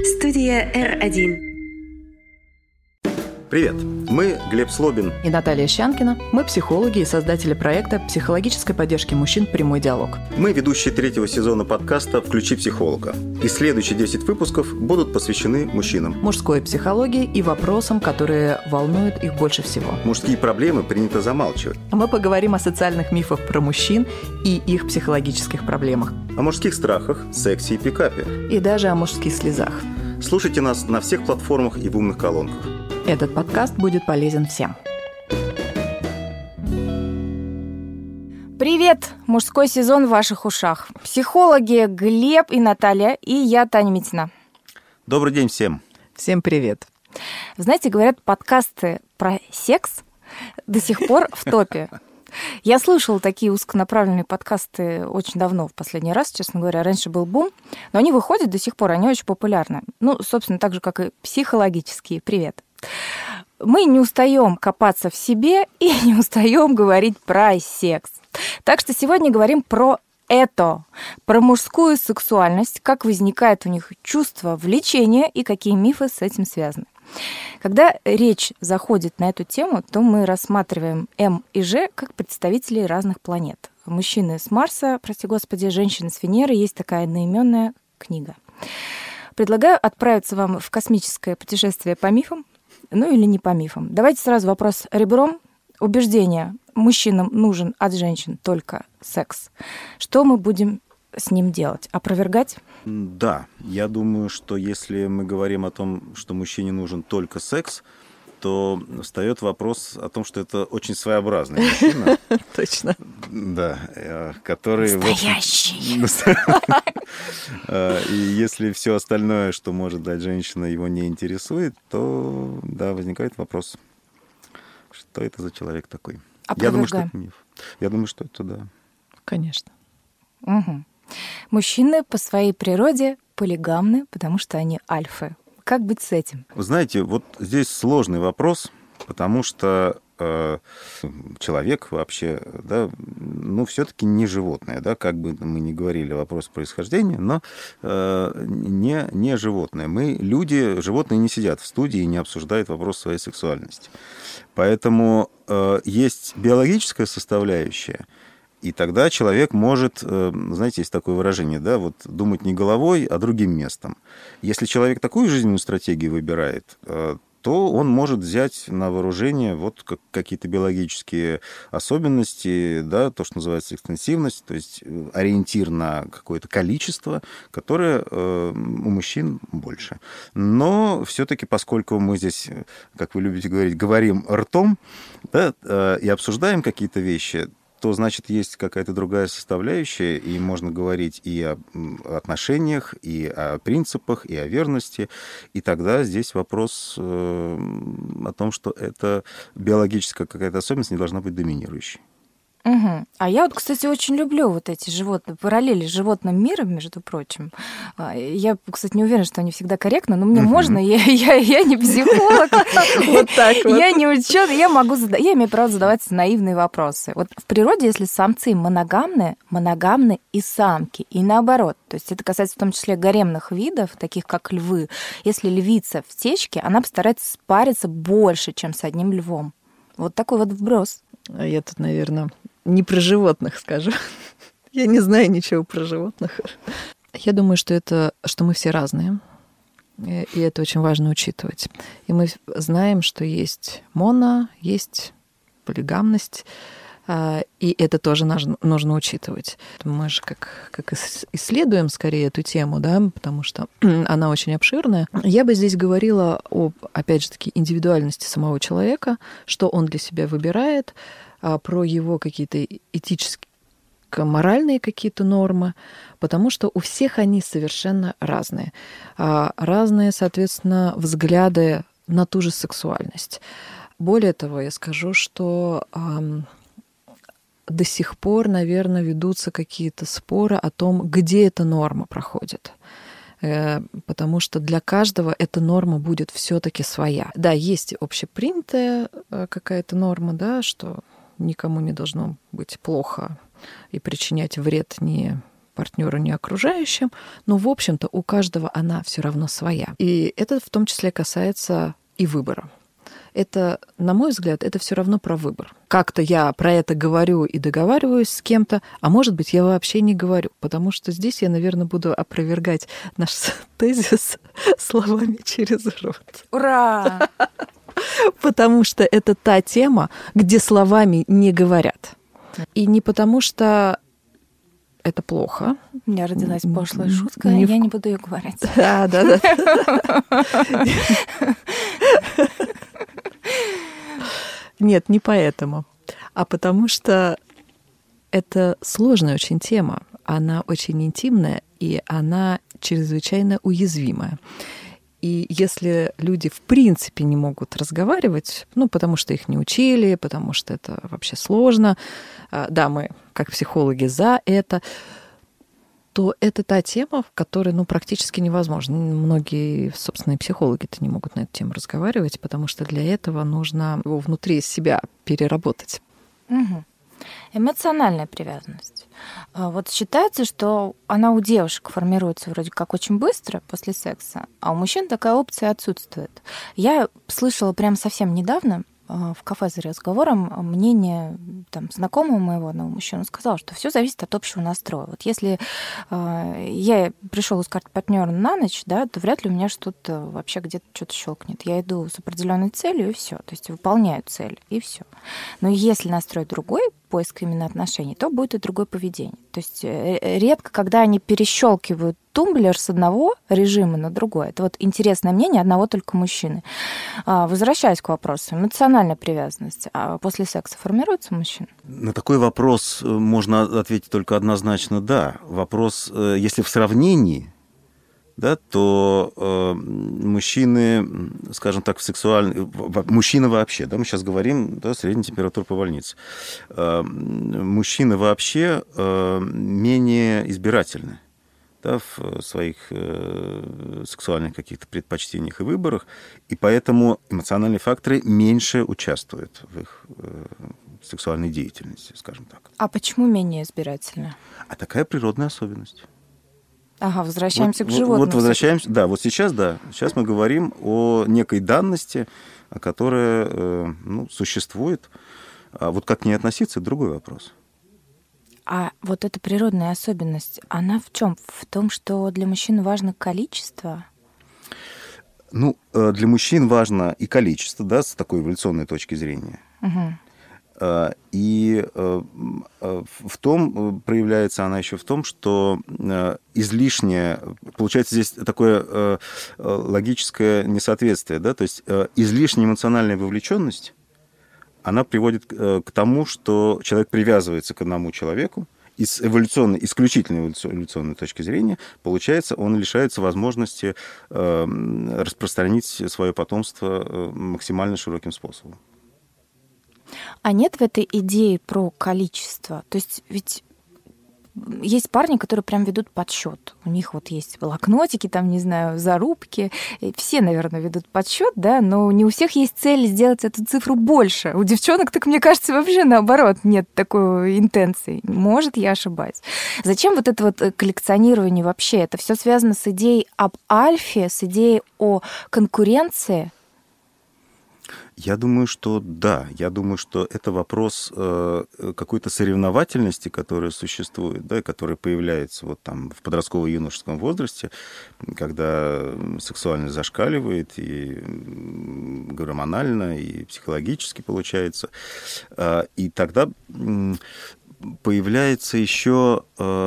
Студия R1. Привет, мы Глеб Слобин и Наталья Щанкина. Мы психологи и создатели проекта психологической поддержки мужчин «Прямой диалог». Мы ведущие 3-го сезона подкаста «Включи психолога». И следующие 10 выпусков будут посвящены мужчинам. Мужской психологии и вопросам, которые волнуют их больше всего. Мужские проблемы принято замалчивать. Мы поговорим о социальных мифах про мужчин и их психологических проблемах. О мужских страхах, сексе и пикапе. И даже о мужских слезах. Слушайте нас на всех платформах и в умных колонках. Этот подкаст будет полезен всем. Привет! Мужской сезон в ваших ушах. Психологи Глеб и Наталья, и я, Таня Митина. Добрый день всем. Всем привет. Вы знаете, говорят, подкасты про секс до сих пор в топе. Я слышала такие узконаправленные подкасты очень давно, в последний раз, честно говоря. Раньше был бум, но они выходят до сих пор, они очень популярны. Ну, собственно, так же, как и психологические. Привет. Мы не устаем копаться в себе и не устаем говорить про секс. Так что сегодня говорим про это, про мужскую сексуальность, как возникает у них чувство влечения и какие мифы с этим связаны. Когда речь заходит на эту тему, то мы рассматриваем М и Ж как представителей разных планет. Мужчины с Марса, прости господи, женщины с Венеры, есть такая одноименная книга. Предлагаю отправиться вам в космическое путешествие по мифам, ну или не по мифам. Давайте сразу вопрос ребром. Убеждение: мужчинам нужен от женщин только секс. Что мы будем с ним делать? Опровергать? Да, я думаю, что если мы говорим о том, что мужчине нужен только секс, то встает вопрос о том, что это очень своеобразный мужчина. Точно. Да, который... Настоящий. И если все остальное, что может дать женщина, его не интересует, то, да, возникает вопрос, что это за человек такой. Я думаю, что это миф. Я думаю, что это да. Конечно. Угу. Мужчины по своей природе полигамны, потому что они альфы. Как быть с этим? Вы знаете, вот здесь сложный вопрос, потому что человек вообще, да, ну, все-таки не животное, да, как бы мы ни говорили вопрос происхождения, но не животное. Мы, люди, животные не сидят в студии и не обсуждают вопрос своей сексуальности. Поэтому есть биологическая составляющая, и тогда человек может, знаете, есть такое выражение, да, вот думать не головой, а другим местом. Если человек такую жизненную стратегию выбирает, то он может взять на вооружение вот какие-то биологические особенности, да, то, что называется экстенсивность, то есть ориентир на какое-то количество, которое у мужчин больше. Но все-таки, поскольку мы здесь, как вы любите говорить, говорим ртом, да, и обсуждаем какие-то вещи, то, значит, есть какая-то другая составляющая, и можно говорить и о отношениях, и о принципах, и о верности. И тогда здесь вопрос о том, что эта биологическая какая-то особенность не должна быть доминирующей. Угу. А я вот, кстати, очень люблю вот эти животные, параллели с животным миром, между прочим. Я, кстати, не уверена, что они всегда корректны, но мне можно, я не психолог, Вот так вот. Я не учёный, я имею право задавать наивные вопросы. Вот в природе, если самцы моногамны и самки, и наоборот. То есть это касается в том числе гаремных видов, таких как львы. Если львица в течке, она постарается спариться больше, чем с одним львом. Вот такой вот вброс. А я тут, наверное, не про животных скажу. Я не знаю ничего про животных. Я думаю, что мы все разные. И это очень важно учитывать. И мы знаем, что есть есть полигамность. И это тоже нужно учитывать. Мы же как исследуем скорее эту тему, да, потому что она очень обширная. Я бы здесь говорила об, опять же таки, индивидуальности самого человека, что он для себя выбирает, про его какие-то этическо-моральные какие-то нормы, потому что у всех они совершенно разные. Разные, соответственно, взгляды на ту же сексуальность. Более того, я скажу, что до сих пор, наверное, ведутся какие-то споры о том, где эта норма проходит. Потому что для каждого эта норма будет все-таки своя. Да, есть общепринятая какая-то норма, да, что никому не должно быть плохо и причинять вред ни партнеру, ни окружающим, но, в общем-то, у каждого она все равно своя. И это в том числе касается и выбора. Это, на мой взгляд, это все равно про выбор. Как-то я про это говорю и договариваюсь с кем-то, а может быть, я вообще не говорю, потому что здесь я, наверное, буду опровергать наш тезис словами через рот. Ура! Потому что это та тема, где словами не говорят. И не потому что это плохо. У меня родилась пошлая шутка, и я не буду ее говорить. Да. Нет, не поэтому, а потому что это сложная очень тема. Она очень интимная, и она чрезвычайно уязвимая. И если люди в принципе не могут разговаривать, потому что их не учили, потому что это вообще сложно, да, мы как психологи за это, то это та тема, в которой практически невозможно. Многие, собственно, и психологи-то не могут на эту тему разговаривать, потому что для этого нужно его внутри себя переработать. Угу. Эмоциональная привязанность. Вот считается, что она у девушек формируется вроде как очень быстро после секса, а у мужчин такая опция отсутствует. Я слышала прям совсем недавно в кафе за разговором мнение знакомого моего одного мужчины, сказал, что все зависит от общего настроя. Вот если я пришел искать партнера на ночь, да, то вряд ли у меня что-то вообще где-то что-то щелкнет. Я иду с определенной целью, и все. То есть выполняю цель, и все. Но если настрой другой, поиск именно отношений, то будет и другое поведение. То есть редко, когда они перещелкивают тумблер с одного режима на другой. Это вот интересное мнение одного только мужчины. Возвращаясь к вопросу, эмоциональная привязанность после секса формируется у мужчин? На такой вопрос можно ответить только однозначно «да». Вопрос, если в сравнении, да, то мужчины, скажем так, мужчины вообще, да, мы сейчас говорим, да, средняя температура по больнице, мужчины вообще менее избирательны, да, в своих сексуальных каких-то предпочтениях и выборах, и поэтому эмоциональные факторы меньше участвуют в их сексуальной деятельности, скажем так. А почему менее избирательны? А такая природная особенность. Ага, возвращаемся к животным. Вот возвращаемся, да, вот сейчас, да. Сейчас мы говорим о некой данности, которая существует. А вот как к ней относиться, это другой вопрос. А вот эта природная особенность, она в чем? В том, что для мужчин важно количество? Для мужчин важно и количество, да, с такой эволюционной точки зрения. Угу. И в том, проявляется она еще в том, что излишнее, получается здесь такое логическое несоответствие, да, то есть излишняя эмоциональная вовлеченность, она приводит к тому, что человек привязывается к одному человеку, и с исключительной эволюционной точки зрения, получается, он лишается возможности распространить свое потомство максимально широким способом. А нет в этой идее про количество? То есть ведь есть парни, которые прям ведут подсчет. У них вот есть блокнотики, не знаю, зарубки. И все, наверное, ведут подсчет, да, но не у всех есть цель сделать эту цифру больше. У девчонок, так мне кажется, вообще наоборот нет такой интенции. Может, я ошибаюсь. Зачем вот это вот коллекционирование вообще? Это все связано с идеей об альфе, с идеей о конкуренции? Я думаю, что да. Я думаю, что это вопрос какой-то соревновательности, которая существует, да, которая появляется в подростково-юношеском возрасте, когда сексуальность зашкаливает и гормонально, и психологически получается. И тогда появляется еще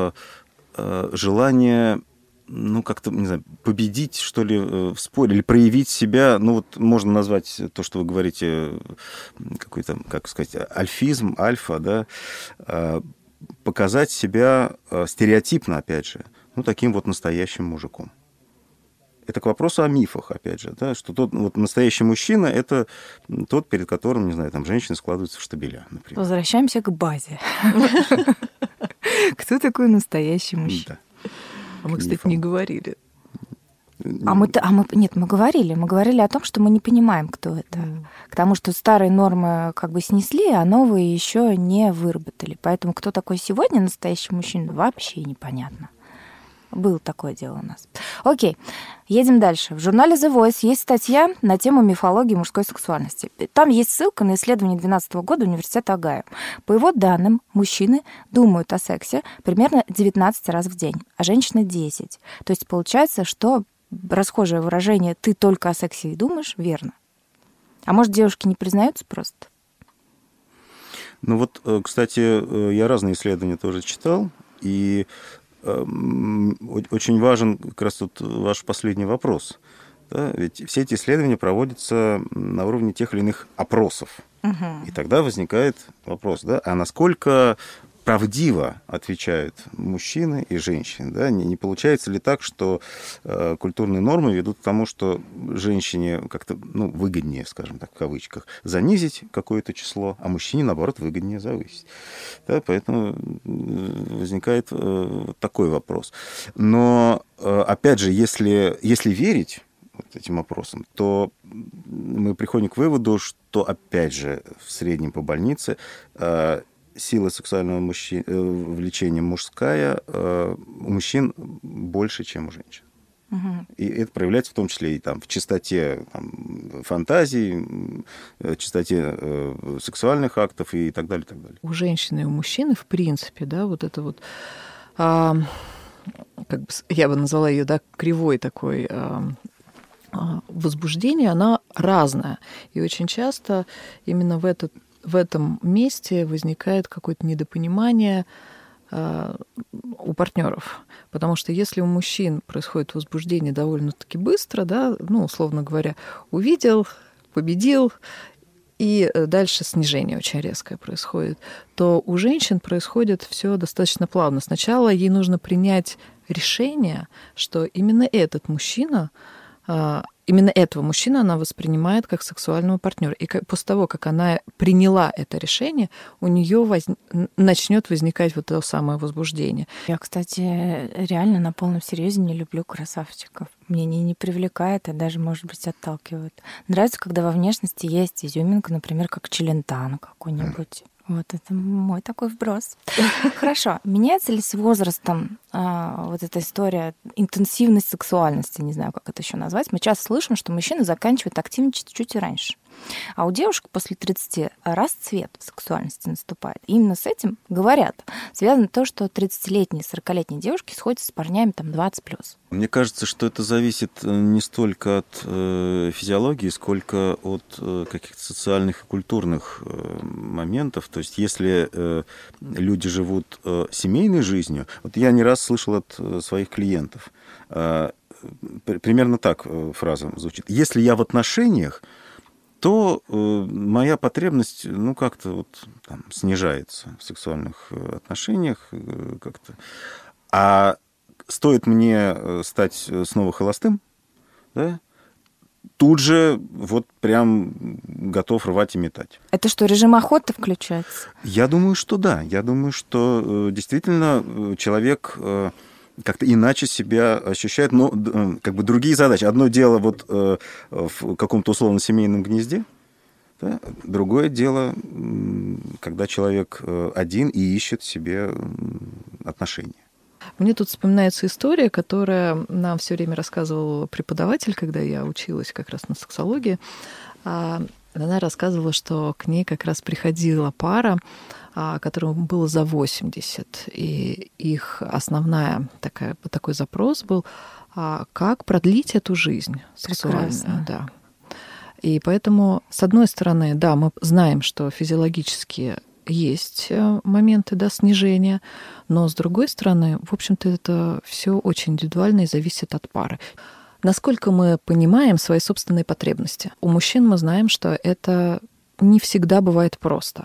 желание как-то, не знаю, победить, что ли, в споре, или проявить себя, можно назвать то, что вы говорите, какой-то, как сказать, альфизм, альфа, да, показать себя стереотипно, опять же, таким вот настоящим мужиком. Это к вопросу о мифах, опять же, да, что тот настоящий мужчина — это тот, перед которым, не знаю, женщины складываются в штабеля, например. Возвращаемся к базе. Кто такой настоящий мужчина? А мы, кстати, не говорили. Нет, мы говорили о том, что мы не понимаем, кто это. К тому, что старые нормы как бы снесли, а новые еще не выработали. Поэтому кто такой сегодня настоящий мужчина, вообще непонятно. Было такое дело у нас. Окей, едем дальше. В журнале The Voice есть статья на тему мифологии мужской сексуальности. Там есть ссылка на исследование 2012 года Университета Огайо. По его данным, мужчины думают о сексе примерно 19 раз в день, а женщины 10. То есть получается, что расхожее выражение «ты только о сексе и думаешь» верно. А может, девушки не признаются просто? Ну вот, кстати, я разные исследования тоже читал, и очень важен как раз тут ваш последний вопрос. Да? Ведь все эти исследования проводятся на уровне тех или иных опросов. И тогда возникает вопрос, да, а насколько правдиво отвечают мужчины и женщины? Да? Не получается ли так, что культурные нормы ведут к тому, что женщине как-то выгоднее, скажем так, в кавычках, занизить какое-то число, а мужчине, наоборот, выгоднее завысить? Да? Поэтому возникает такой вопрос. Но, опять же, если верить вот этим опросам, то мы приходим к выводу, что, опять же, в среднем по больнице сила сексуального влечения мужская у мужчин больше, чем у женщин. И это проявляется в том числе и в чистоте фантазий, чистоте сексуальных актов и так далее, и так далее. У женщины и у мужчины, в принципе, да, вот это вот, как бы, я бы назвала ее, да, кривой такой возбуждение, она разная. И очень часто именно в этом месте возникает какое-то недопонимание у партнеров. Потому что если у мужчин происходит возбуждение довольно-таки быстро, да, условно говоря, увидел, победил, и дальше снижение очень резкое происходит, то у женщин происходит все достаточно плавно. Сначала ей нужно принять решение, что именно этого мужчину она воспринимает как сексуального партнера. И после того, как она приняла это решение, у нее начнет возникать вот то самое возбуждение. Я, кстати, реально на полном серьезе не люблю красавчиков. Мне не привлекает, а даже, может быть, отталкивает. Нравится, когда во внешности есть изюминка, например, как Челентано какой-нибудь. Вот это мой такой вброс. Хорошо. Меняется ли с возрастом вот эта история, интенсивность сексуальности, не знаю, как это еще назвать? Мы часто слышим, что мужчина заканчивает активничать чуть-чуть раньше. А у девушек после 30 расцвет в сексуальности наступает. И именно с этим, говорят, связано то, что 30-летние, 40-летние девушки сходятся с парнями 20+. Мне кажется, что это зависит не столько от физиологии, сколько от каких-то социальных и культурных моментов. То есть если люди живут семейной жизнью, вот я не раз слышал от своих клиентов, примерно так фраза звучит: если я в отношениях, то моя потребность, как-то снижается в сексуальных отношениях как-то. А стоит мне стать снова холостым, да, тут же прям готов рвать и метать. Это что, режим охоты включается? Я думаю, что да. Я думаю, что действительно человек как-то иначе себя ощущает, но как бы другие задачи. Одно дело в каком-то условно-семейном гнезде, да? Другое дело, когда человек один и ищет себе отношения. Мне тут вспоминается история, которая нам все время рассказывал преподаватель, когда я училась как раз на сексологии. Она рассказывала, что к ней как раз приходила пара, которому было за 80, и их такой запрос был, как продлить эту жизнь сексуальную. Да. И поэтому, с одной стороны, да, мы знаем, что физиологически есть моменты, да, снижения, но с другой стороны, в общем-то, это все очень индивидуально и зависит от пары. Насколько мы понимаем свои собственные потребности? У мужчин мы знаем, что это не всегда бывает просто.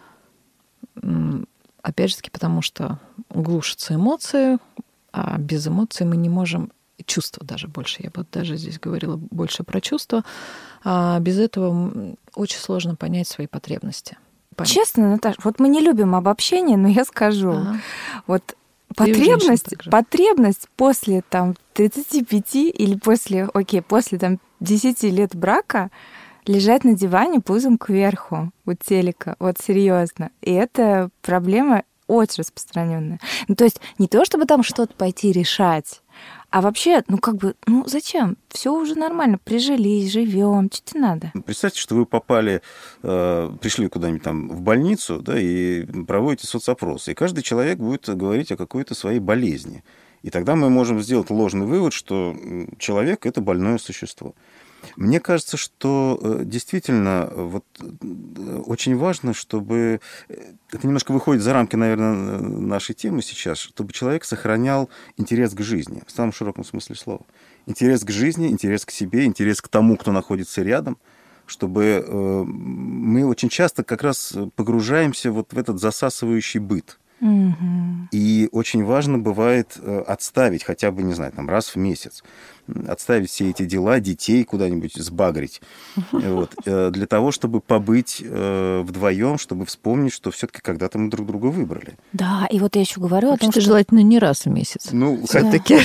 Опять же таки, потому что глушатся эмоции, а без эмоций мы не можем, чувства даже больше, я бы даже здесь говорила больше про чувства, а без этого очень сложно понять свои потребности. Честно, Наташа, мы не любим обобщение, но я скажу, потребность после 35 или после там 10 лет брака лежать на диване пузом кверху у телека. Вот серьезно. И это проблема очень распространенная. Ну, то есть не то, чтобы там что-то пойти решать, а вообще, зачем? Все уже нормально, прижились, живем, что тебе надо? Представьте, что вы пришли куда-нибудь там в больницу, да, и проводите соцопрос, и каждый человек будет говорить о какой-то своей болезни. И тогда мы можем сделать ложный вывод, что человек – это больное существо. Мне кажется, что действительно очень важно, чтобы... Это немножко выходит за рамки, наверное, нашей темы сейчас, чтобы человек сохранял интерес к жизни, в самом широком смысле слова. Интерес к жизни, интерес к себе, интерес к тому, кто находится рядом, чтобы мы очень часто как раз погружаемся в этот засасывающий быт. И очень важно бывает отставить хотя бы, не знаю, там, раз в месяц, отставить все эти дела, детей куда-нибудь сбагрить, для того, чтобы побыть вдвоем, чтобы вспомнить, что все-таки когда-то мы друг друга выбрали. Да, и вот я еще говорю о том, что... желательно не раз в месяц. Все-таки.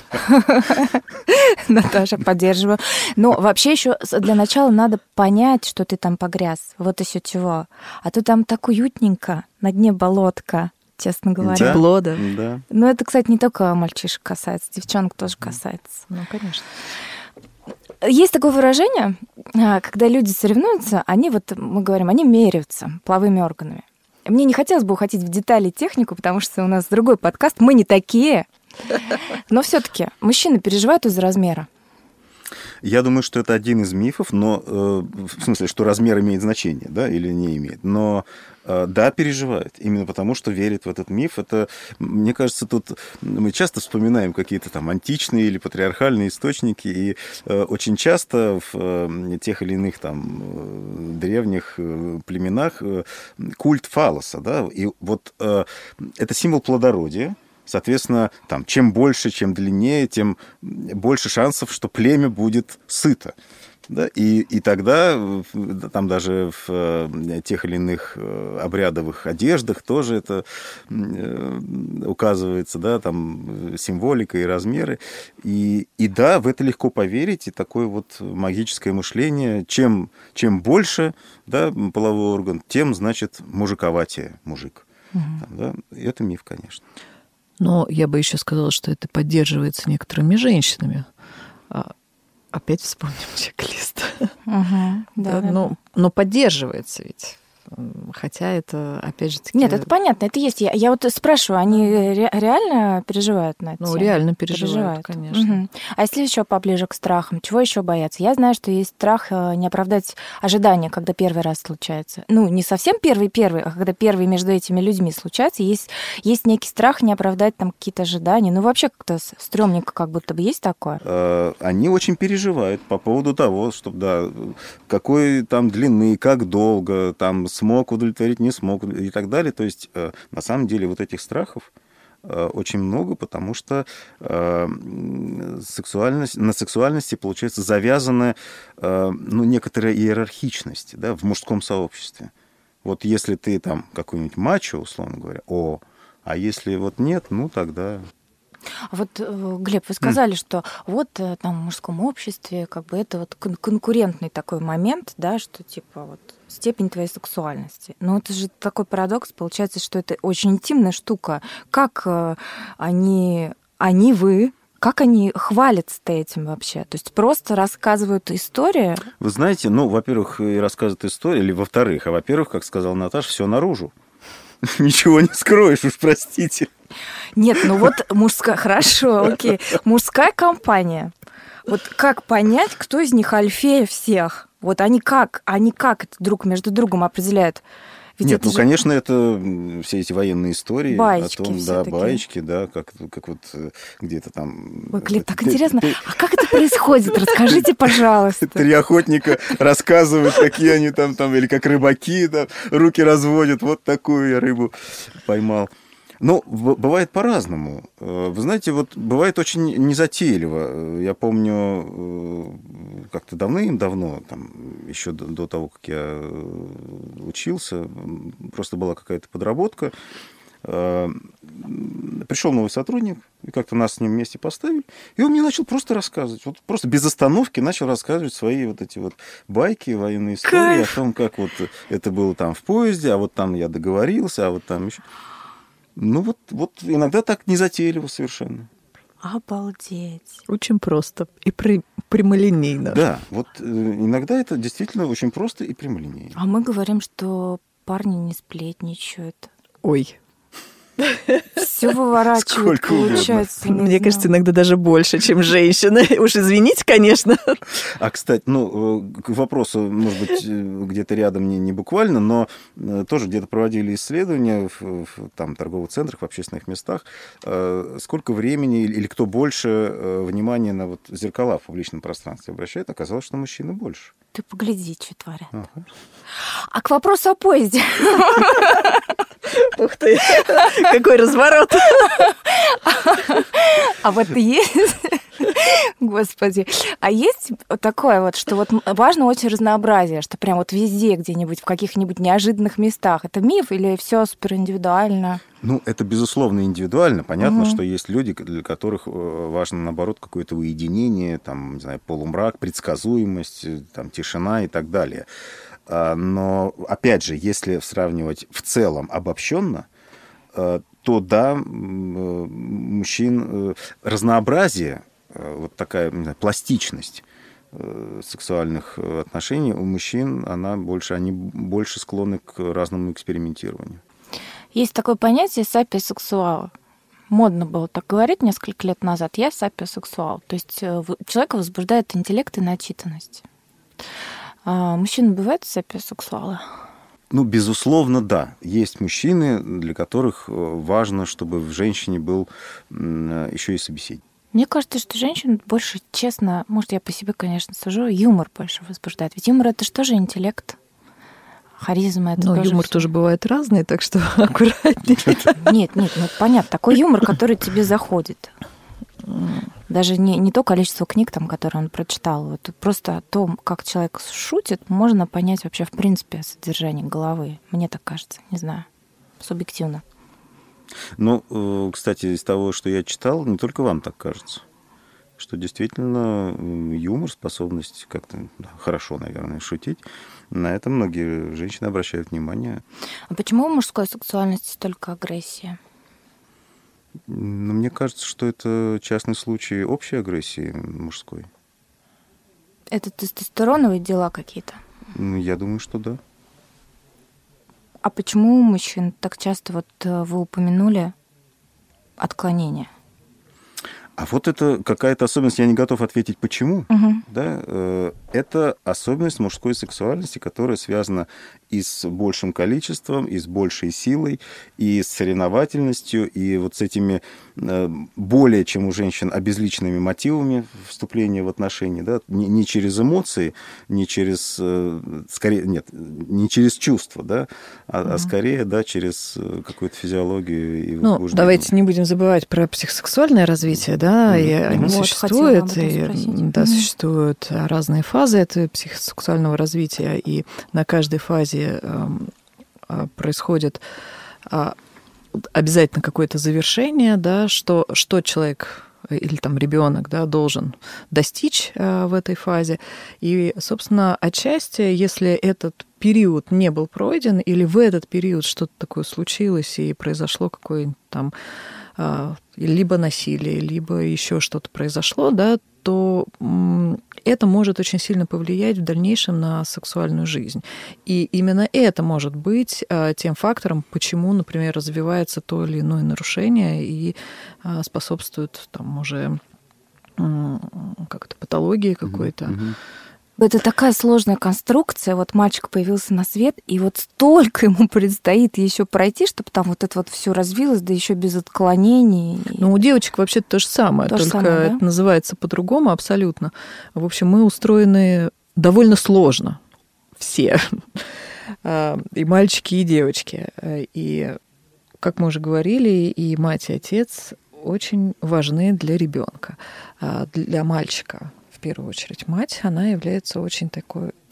Наташа, поддерживаю. Но вообще еще для начала надо понять, что ты там погряз. Вот еще чего. А то там так уютненько, на дне болотка, честно говоря. Тепло, да. Но это, кстати, не только мальчишек касается, девчонок тоже касается. Ну, конечно. Есть такое выражение, когда люди соревнуются, мы говорим, они меряются половыми органами. Мне не хотелось бы уходить в детали и технику, потому что у нас другой подкаст, мы не такие. Но все-таки мужчины переживают из-за размера. Я думаю, что это один из мифов, но в смысле, что размер имеет значение, да, или не имеет. Но да, переживает. Именно потому, что верит в этот миф. Это, мне кажется, тут мы часто вспоминаем какие-то там античные или патриархальные источники, и очень часто в тех или иных там древних племенах культ фаллоса, да, и вот это символ плодородия. Соответственно, там, чем больше, чем длиннее, тем больше шансов, что племя будет сыто. Да? И тогда там даже в тех или иных обрядовых одеждах тоже это указывается, да, там символика и размеры. И да, в это легко поверить, и такое вот магическое мышление. Чем больше, да, половой орган, тем, значит, мужиковатее мужик. Да? И это миф, конечно. Но я бы еще сказала, что это поддерживается некоторыми женщинами. Опять вспомним чек-лист. Но поддерживается ведь. Хотя это, опять же таки... Нет, это понятно, это есть. Я вот спрашиваю, они реально переживают на это? Ну, реально переживают, конечно. А если еще поближе к страхам, чего еще бояться? Я знаю, что есть страх не оправдать ожидания, когда первый раз случается. Ну, не совсем первый, а когда первый между этими людьми случается, есть некий страх не оправдать там какие-то ожидания. Ну, вообще как-то стрёмненько как будто бы есть такое. Они очень переживают по поводу того, чтобы, да, какой там длины, как долго, там смог удовлетворить, не смог и так далее. То есть, на самом деле, вот этих страхов очень много, потому что на сексуальности, получается, завязана некоторая иерархичность, да, в мужском сообществе. Вот если ты там какой-нибудь мачо, условно говоря, а если вот нет, ну тогда... Вот, Глеб, вы сказали, что вот там в мужском обществе как бы это вот конкурентный такой момент, да, что типа вот степень твоей сексуальности. Но это же такой парадокс, получается, что это очень интимная штука. Как вы, как они хвалятся-то этим вообще? То есть просто рассказывают истории? Вы знаете, во-первых, и рассказывают истории, или во-вторых, во-первых, как сказала Наташа, все наружу. Ничего не скроешь, уж простите. Нет, мужская... Хорошо, окей. Мужская компания. Вот как понять, кто из них альфея всех? Вот они как это друг между другом определяют? Ведь нет, это конечно, это все эти военные истории. Баечки о том, всё-таки. Да, баечки, да, как вот где-то там... Ой, Глеб, так интересно. А как это происходит? Расскажите, пожалуйста. Три охотника рассказывают, какие они там, или как рыбаки, там, руки разводят. Вот такую я рыбу поймал. Бывает по-разному. Вы знаете, вот бывает очень незатейливо. Я помню, как-то давным-давно, там, еще до того, как я учился, просто была какая-то подработка. пришел новый сотрудник, и как-то нас с ним вместе поставили, и он мне начал просто рассказывать. Вот просто без остановки начал рассказывать свои вот эти вот байки, военные истории о том, как вот это было там в поезде, а вот там я договорился, а вот там еще... Ну вот иногда так незатейливо совершенно. Обалдеть. Очень просто и прямолинейно. Да, вот иногда это действительно очень просто и прямолинейно. А мы говорим, что парни не сплетничают. Ой. Все выворачивают, Сколько угодно. получается. Мне кажется, иногда даже больше, чем женщины. Уж извините, конечно. А, кстати, к вопросу, может быть, где-то рядом не буквально, но тоже где-то проводили исследования в там, торговых центрах, в общественных местах, сколько времени или кто больше внимания на вот зеркала в публичном пространстве обращает, оказалось, что мужчины больше. Ты погляди, что творят. Ага. А к вопросу о поезде. Ух ты, какой разворот. А вот есть... Господи. А есть такое вот, что вот важно очень разнообразие, что прям вот везде где-нибудь, в каких-нибудь неожиданных местах. Это миф или все супер индивидуально? Ну, это, безусловно, индивидуально. Понятно, что есть люди, для которых важно, наоборот, какое-то уединение, там, не знаю, полумрак, предсказуемость, там, тишина и так далее. Но, опять же, если сравнивать в целом обобщенно, то да, мужчин разнообразие, вот такая, не знаю, пластичность сексуальных отношений у мужчин, они больше склонны к разному экспериментированию. Есть такое понятие сапиосексуала. Модно было так говорить несколько лет назад. Я сапиосексуал. То есть человека возбуждает интеллект и начитанность. А мужчины бывают сапиосексуалы? Ну, безусловно, да. Есть мужчины, для которых важно, чтобы в женщине был еще и собеседник. Мне кажется, что женщин больше, честно, может, я по себе, конечно, сужу, юмор больше возбуждает. Ведь юмор — это же тоже интеллект. Харизма — это тоже юмор всё. тоже бывает разный, так что аккуратнее. Нет, ну понятно. Такой юмор, который тебе заходит. Даже не то количество книг, там, которые он прочитал. Вот просто о том, как человек шутит, можно понять вообще, в принципе, содержание головы. Мне так кажется, не знаю. Субъективно. Ну, кстати, из того, что я читал, не только вам так кажется, что действительно юмор, способность как-то хорошо, наверное, шутить, на это многие женщины обращают внимание. А почему в мужской сексуальности столько агрессии? Но мне кажется, что это частный случай общей агрессии мужской. Это тестостероновые дела какие-то? Я думаю, что да. А почему у мужчин так часто, вот вы упомянули, отклонения? А вот это какая-то особенность, я не готов ответить, почему. Угу. Да? Это особенность мужской сексуальности, которая связана и с большим количеством, и с большей силой, и с соревновательностью, и вот с этими более чем у женщин обезличенными мотивами вступления в отношения. Да? Не через эмоции, не через чувства, да? А скорее через какую-то физиологию и возбуждение. Давайте не будем забывать про психосексуальное развитие, да, и они существуют, существуют разные фазы этого психосексуального развития, и на каждой фазе происходит обязательно какое-то завершение, да, что человек или там ребенок, да, должен достичь в этой фазе. И, собственно, отчасти, если этот период не был пройден, или в этот период что-то такое случилось и произошло какое-нибудь там либо насилие, либо еще что-то произошло, да, то это может очень сильно повлиять в дальнейшем на сексуальную жизнь. И именно это может быть тем фактором, почему, например, развивается то или иное нарушение и способствует там уже как-то патологии какой-то. Это такая сложная конструкция. Вот мальчик появился на свет, и вот столько ему предстоит еще пройти, чтобы там вот это вот все развилось, да еще без отклонений. Ну, у девочек вообще то же самое, только это называется по-другому абсолютно. В общем, мы устроены довольно сложно. Все. И мальчики, и девочки. И, как мы уже говорили, и мать, и отец очень важны для ребенка, для мальчика. В первую очередь мать, она является очень такой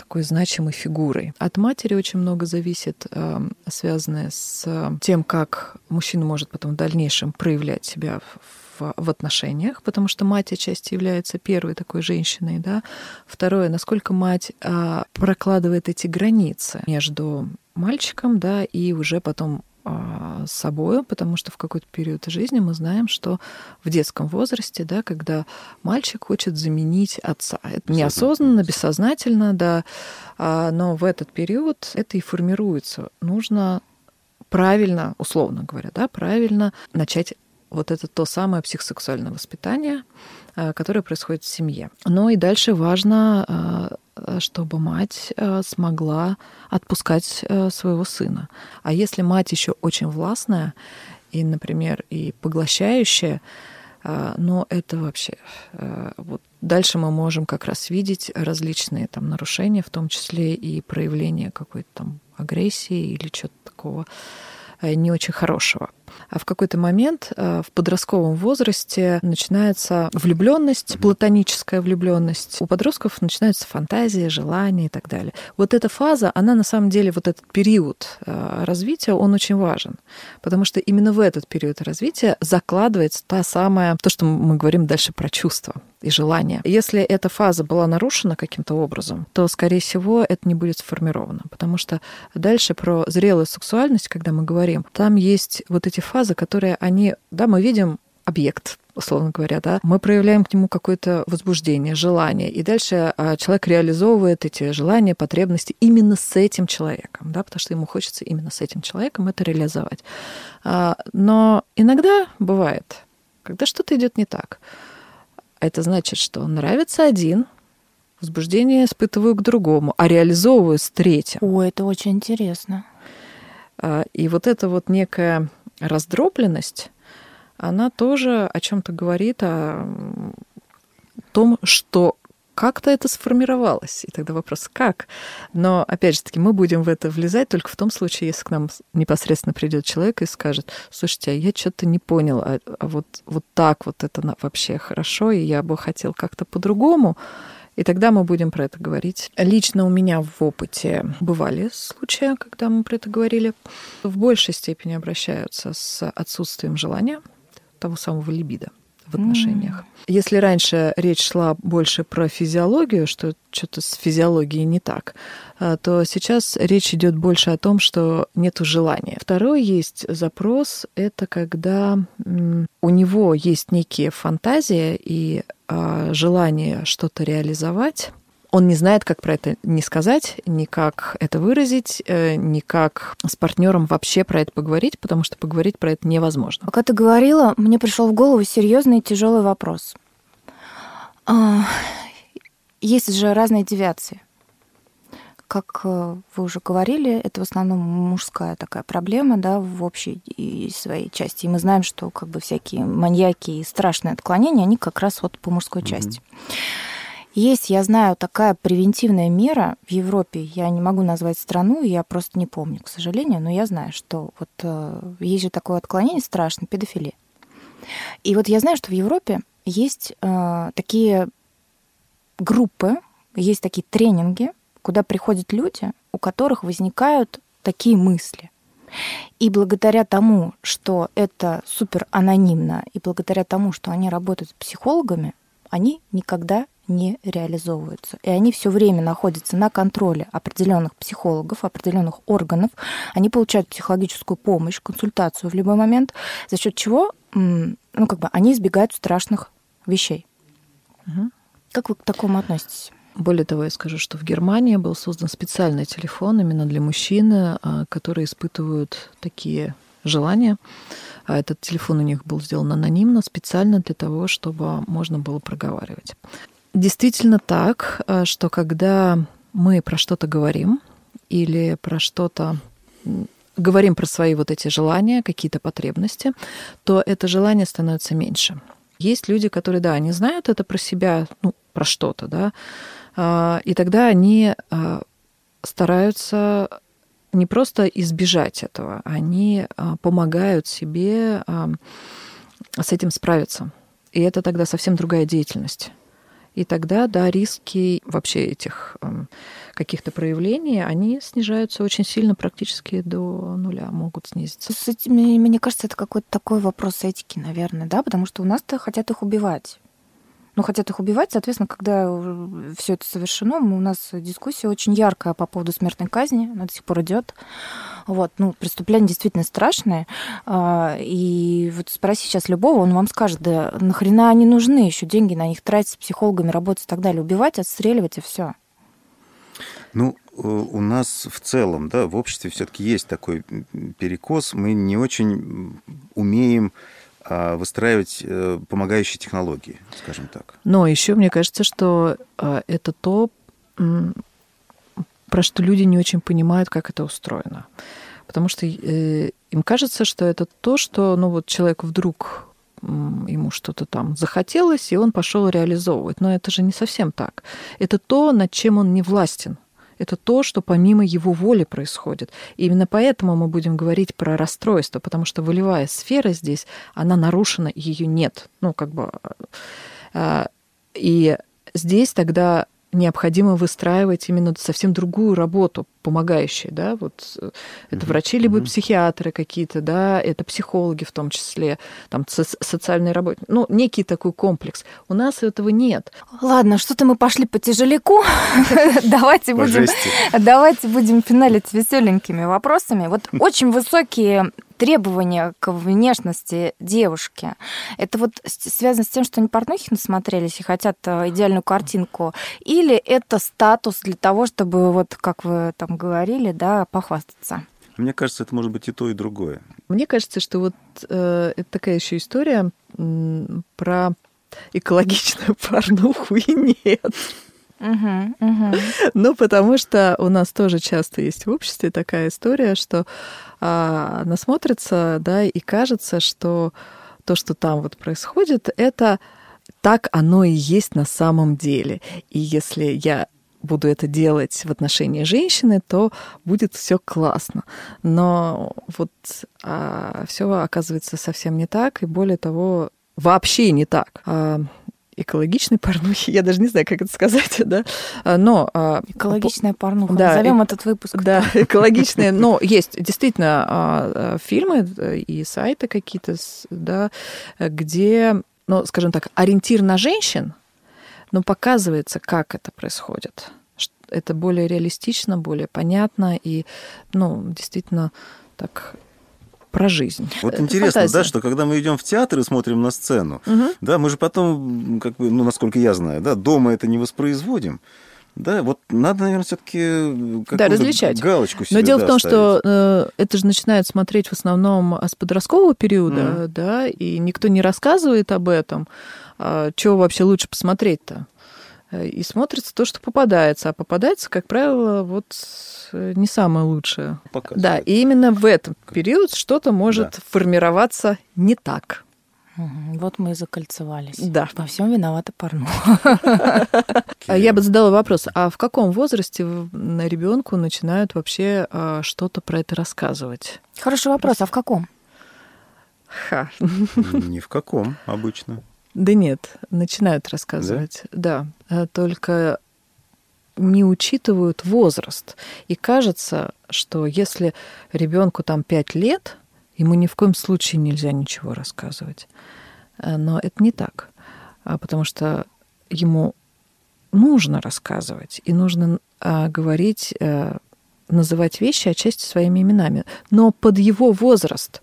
такой значимой фигурой. От матери очень много зависит, связанное с тем, как мужчина может потом в дальнейшем проявлять себя в отношениях, потому что мать отчасти является первой такой женщиной, да. Второе, насколько мать прокладывает эти границы между мальчиком, да, и уже потом с собой, потому что в какой-то период жизни мы знаем, что в детском возрасте, да, когда мальчик хочет заменить отца. Это неосознанно, бессознательно, да, но в этот период это и формируется. Нужно правильно, условно говоря, да, правильно начать вот это то самое психосексуальное воспитание, которое происходит в семье. Но и дальше важно, чтобы мать смогла отпускать своего сына. А если мать еще очень властная и, например, и поглощающая, но это вообще... Вот дальше мы можем как раз видеть различные там нарушения, в том числе и проявление какой-то там агрессии или чего-то такого не очень хорошего. А в какой-то момент в подростковом возрасте начинается влюбленность, платоническая влюбленность. У подростков начинаются фантазии, желания и так далее. Вот эта фаза, она на самом деле, вот этот период развития, он очень важен. Потому что именно в этот период развития закладывается та самая, то, что мы говорим дальше про чувства и желания. Если эта фаза была нарушена каким-то образом, то, скорее всего, это не будет сформировано. Потому что дальше про зрелую сексуальность, когда мы говорим, там есть вот эти фазы, которые они, да, мы видим объект, условно говоря, да, мы проявляем к нему какое-то возбуждение, желание, и дальше человек реализовывает эти желания, потребности именно с этим человеком, да, потому что ему хочется именно с этим человеком это реализовать. Но иногда бывает, когда что-то идет не так. Это значит, что нравится один, возбуждение испытываю к другому, а реализовываю с третьим. О, это очень интересно. И вот эта вот некая раздробленность, она тоже о чем-то говорит, о том, что как-то это сформировалось. И тогда вопрос, как? Но, опять же таки, мы будем в это влезать только в том случае, если к нам непосредственно придет человек и скажет: слушайте, а я что-то не понял, а вот так вот это вообще хорошо, и я бы хотел как-то по-другому. И тогда мы будем про это говорить. Лично у меня в опыте бывали случаи, когда мы про это говорили. В большей степени обращаются с отсутствием желания, того самого либидо в отношениях. Если раньше речь шла больше про физиологию, что что-то с физиологией не так, то сейчас речь идет больше о том, что нету желания. Второй есть запрос, это когда у него есть некие фантазии и желание что-то реализовать. Он не знает, как про это не сказать, ни как это выразить, ни как с партнером вообще про это поговорить, потому что поговорить про это невозможно. Пока ты говорила, мне пришел в голову серьезный и тяжелый вопрос. Есть же разные девиации. Как вы уже говорили, это в основном мужская такая проблема, да, в общей и своей части. И мы знаем, что как бы всякие маньяки и страшные отклонения, они как раз вот по мужской части. Есть, я знаю, такая превентивная мера в Европе, я не могу назвать страну, я просто не помню, к сожалению, но я знаю, что вот есть же такое отклонение страшное, педофилия. И вот я знаю, что в Европе есть такие группы, есть такие тренинги, куда приходят люди, у которых возникают такие мысли. И благодаря тому, что это супер анонимно, и благодаря тому, что они работают с психологами, они никогда не реализовываются. И они все время находятся на контроле определенных психологов, определенных органов. Они получают психологическую помощь, консультацию в любой момент, за счет чего они избегают страшных вещей. Как вы к такому относитесь? Более того, я скажу, что в Германии был создан специальный телефон именно для мужчин, которые испытывают такие желания. Этот телефон у них был сделан анонимно, специально для того, чтобы можно было проговаривать. Действительно так, что когда мы про что-то говорим или про что-то говорим про свои вот эти желания, какие-то потребности, то это желание становится меньше. Есть люди, которые, да, они знают это про себя, про что-то, да, и тогда они стараются не просто избежать этого, они помогают себе с этим справиться. И это тогда совсем другая деятельность. И тогда, да, риски вообще этих каких-то проявлений, они снижаются очень сильно, практически до нуля могут снизиться. С этими, мне кажется, это какой-то такой вопрос этики, наверное, да, потому что у нас-то хотят их убивать. Ну, хотят их убивать, соответственно, когда все это совершено, у нас дискуссия очень яркая по поводу смертной казни, она до сих пор идет. Вот, ну, преступления действительно страшные. И вот спроси сейчас любого, он вам скажет, да нахрена они нужны, еще деньги на них тратить, с психологами работать и так далее, убивать, отстреливать и все. Ну, у нас в целом, да, в обществе все-таки есть такой перекос. Мы не очень умеем выстраивать помогающие технологии, скажем так. Но еще мне кажется, что это то, про что люди не очень понимают, как это устроено. Потому что им кажется, что это то, что, ну вот человек вдруг ему что-то там захотелось, и он пошел реализовывать. Но это же не совсем так. Это то, над чем он не властен. Это то, что помимо его воли происходит. И именно поэтому мы будем говорить про расстройство, потому что волевая сфера здесь, она нарушена, ее нет. Ну, как бы... И здесь тогда необходимо выстраивать именно совсем другую работу, помогающую, да, вот это врачи либо психиатры какие-то, да, это психологи в том числе, там социальные работники, ну, некий такой комплекс. У нас этого нет. Ладно, что-то мы пошли по тяжеляку. Давайте будем финалить веселенькими вопросами. Вот очень высокие требования к внешности девушки. Это вот связано с тем, что они порнухи насмотрелись и хотят идеальную картинку? Или это статус для того, чтобы, вот как вы там говорили, да, похвастаться? Мне кажется, это может быть и то, и другое. Мне кажется, что вот это такая еще история про экологичную порнуху и нет. Ну, потому что у нас тоже часто есть в обществе такая история, что она смотрится, да, и кажется, что то, что там вот происходит, это так оно и есть на самом деле. И если я буду это делать в отношении женщины, то будет все классно. Но вот все оказывается совсем не так, и более того, вообще не так. Экологичной порнухи, я даже не знаю, как это сказать, да, но... Экологичная порнуха, да, назовем этот выпуск. Да, экологичная, но есть действительно фильмы и сайты какие-то, да, где, ну, скажем так, ориентир на женщин, но показывается, как это происходит. Это более реалистично, более понятно и, ну, действительно так... про жизнь. Вот интересно, да, что когда мы идем в театр и смотрим на сцену, да, мы же потом, как бы, ну, насколько я знаю, да, дома это не воспроизводим. Да, вот надо, наверное, все-таки различать. Галочку себе. Но дело в том, что это же начинают смотреть в основном с подросткового периода, да, и никто не рассказывает об этом. Чего вообще лучше посмотреть-то? И смотрится то, что попадается. А попадается, как правило, вот не самое лучшее. Да, и именно в этот период что-то может формироваться не так. Вот мы и закольцевались. Да. Во всем виновата порно. Я бы задала вопрос, а в каком возрасте ребенку начинают вообще что-то про это рассказывать? Хороший вопрос, а в каком? Ни в каком обычно. Да нет, начинают рассказывать, да, только не учитывают возраст. И кажется, что если ребенку там 5 лет, ему ни в коем случае нельзя ничего рассказывать. Но это не так, потому что ему нужно рассказывать, и нужно говорить, называть вещи отчасти своими именами, но под его возраст.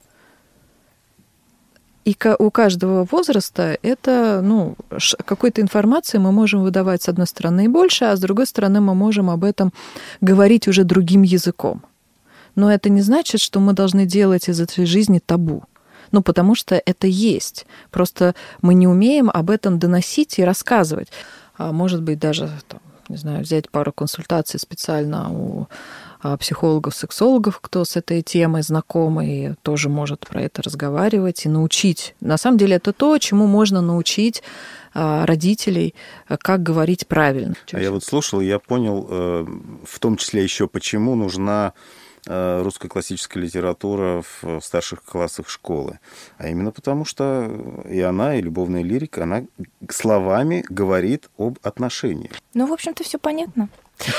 И у каждого возраста это, ну, какой-то информации мы можем выдавать, с одной стороны, и больше, а с другой стороны, мы можем об этом говорить уже другим языком. Но это не значит, что мы должны делать из этой жизни табу. Ну, потому что это есть. Просто мы не умеем об этом доносить и рассказывать. А может быть, даже, там, не знаю, взять пару консультаций специально у психологов, сексологов, кто с этой темой знаком и тоже может про это разговаривать и научить. На самом деле это то, чему можно научить родителей, как говорить правильно. А я вот слушал, и я понял, в том числе еще, почему нужна русская классическая литература в старших классах школы. А именно потому, что и она, и любовная лирика, она словами говорит об отношениях. Ну, в общем-то, все понятно.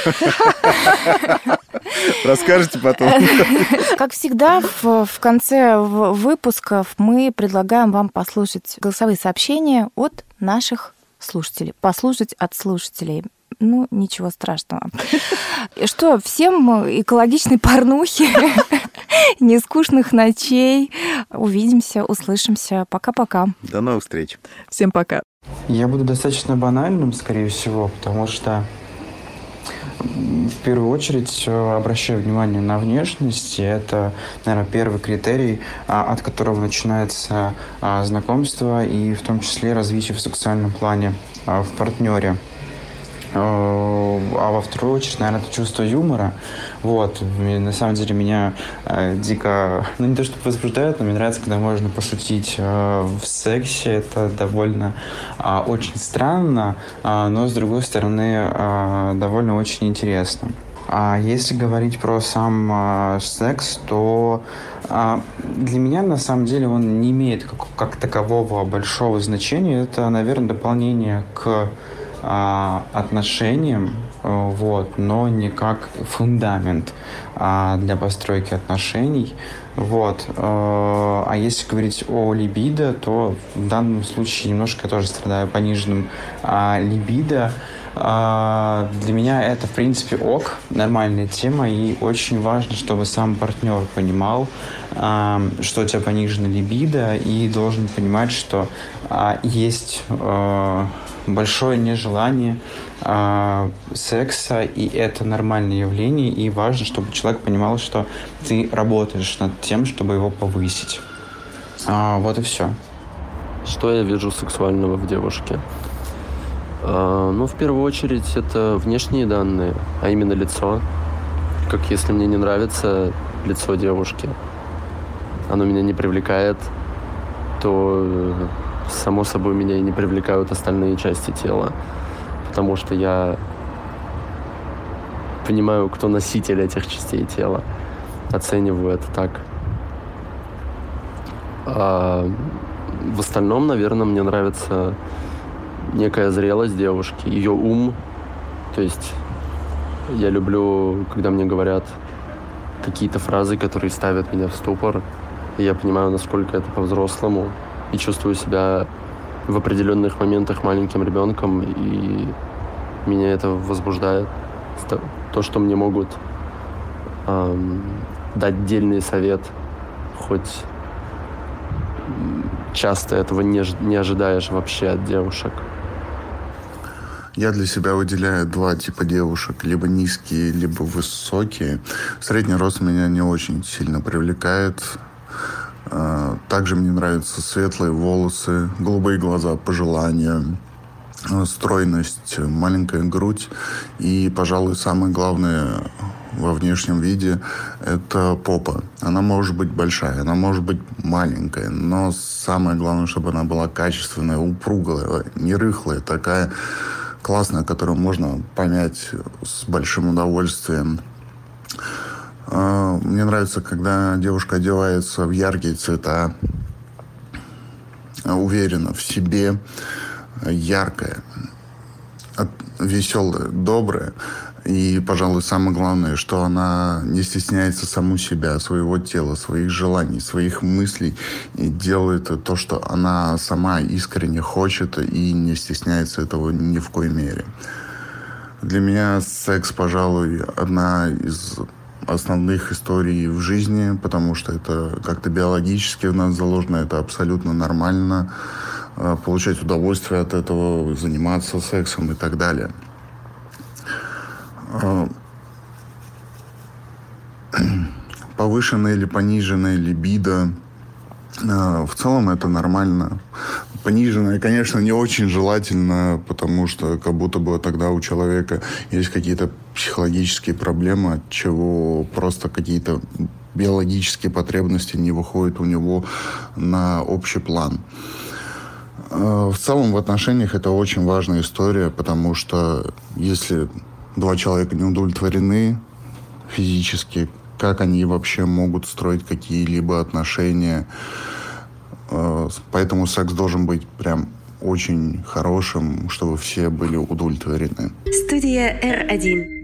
Расскажете потом. Как всегда, в конце выпусков мы предлагаем вам послушать голосовые сообщения от наших слушателей, послушать от слушателей. Ну, ничего страшного. Что, всем экологичной порнухи, нескучных ночей. Увидимся, услышимся. Пока-пока. До новых встреч. Всем пока. Я буду достаточно банальным, скорее всего, потому что в первую очередь обращаю внимание на внешность. Это, наверное, первый критерий, от которого начинается знакомство и в том числе развитие в сексуальном плане в партнере. А во вторую очередь, наверное, это чувство юмора. Вот. И на самом деле меня дико, ну не то чтобы возбуждает, но мне нравится, когда можно пошутить в сексе. Это довольно очень странно, но с другой стороны довольно очень интересно. А если говорить про сам секс, то для меня на самом деле он не имеет как такового большого значения. Это, наверное, дополнение к отношениям, вот, но не как фундамент для постройки отношений. Вот. А если говорить о либидо, то в данном случае немножко я тоже страдаю пониженным либидо. Для меня это, в принципе, нормальная тема, и очень важно, чтобы сам партнер понимал, что у тебя понижена либидо, и должен понимать, что есть большое нежелание секса, и это нормальное явление, и важно, чтобы человек понимал, что ты работаешь над тем, чтобы его повысить. Вот и все. Что я вижу сексуального в девушке? Ну, в первую очередь, это внешние данные, а именно лицо. Как если мне не нравится лицо девушки, оно меня не привлекает, то, само собой, меня и не привлекают остальные части тела. Потому что я понимаю, кто носитель этих частей тела. Оцениваю это так. А в остальном, наверное, мне нравится некая зрелость девушки, ее ум. То есть я люблю, когда мне говорят какие-то фразы, которые ставят меня в ступор. И я понимаю, насколько это по-взрослому. И чувствую себя в определенных моментах маленьким ребенком. И меня это возбуждает. То, что мне могут дать дельный совет, хоть часто этого не ожидаешь вообще от девушек. Я для себя выделяю два типа девушек. Либо низкие, либо высокие. Средний рост меня не очень сильно привлекает. Также мне нравятся светлые волосы, голубые глаза по желанию, стройность, маленькая грудь. И, пожалуй, самое главное во внешнем виде – это попа. Она может быть большая, она может быть маленькая, но самое главное, чтобы она была качественная, упругая, не рыхлая, такая классная, которую можно помять с большим удовольствием. Мне нравится, когда девушка одевается в яркие цвета, уверена в себе, яркая, веселая, добрая. И, пожалуй, самое главное, что она не стесняется саму себя, своего тела, своих желаний, своих мыслей. И делает то, что она сама искренне хочет, и не стесняется этого ни в коей мере. Для меня секс, пожалуй, одна из основных историй в жизни, потому что это как-то биологически в нас заложено, это абсолютно нормально. Получать удовольствие от этого, заниматься сексом и так далее. Повышенная или пониженная либидо, в целом это нормально. Пониженная, конечно, не очень желательно, потому что как будто бы тогда у человека есть какие-то психологические проблемы, от чего просто какие-то биологические потребности не выходят у него на общий план. В целом в отношениях это очень важная история, потому что если два человека не удовлетворены физически как они вообще могут строить какие-либо отношения. Поэтому секс должен быть прям очень хорошим, чтобы все были удовлетворены. Студия R1.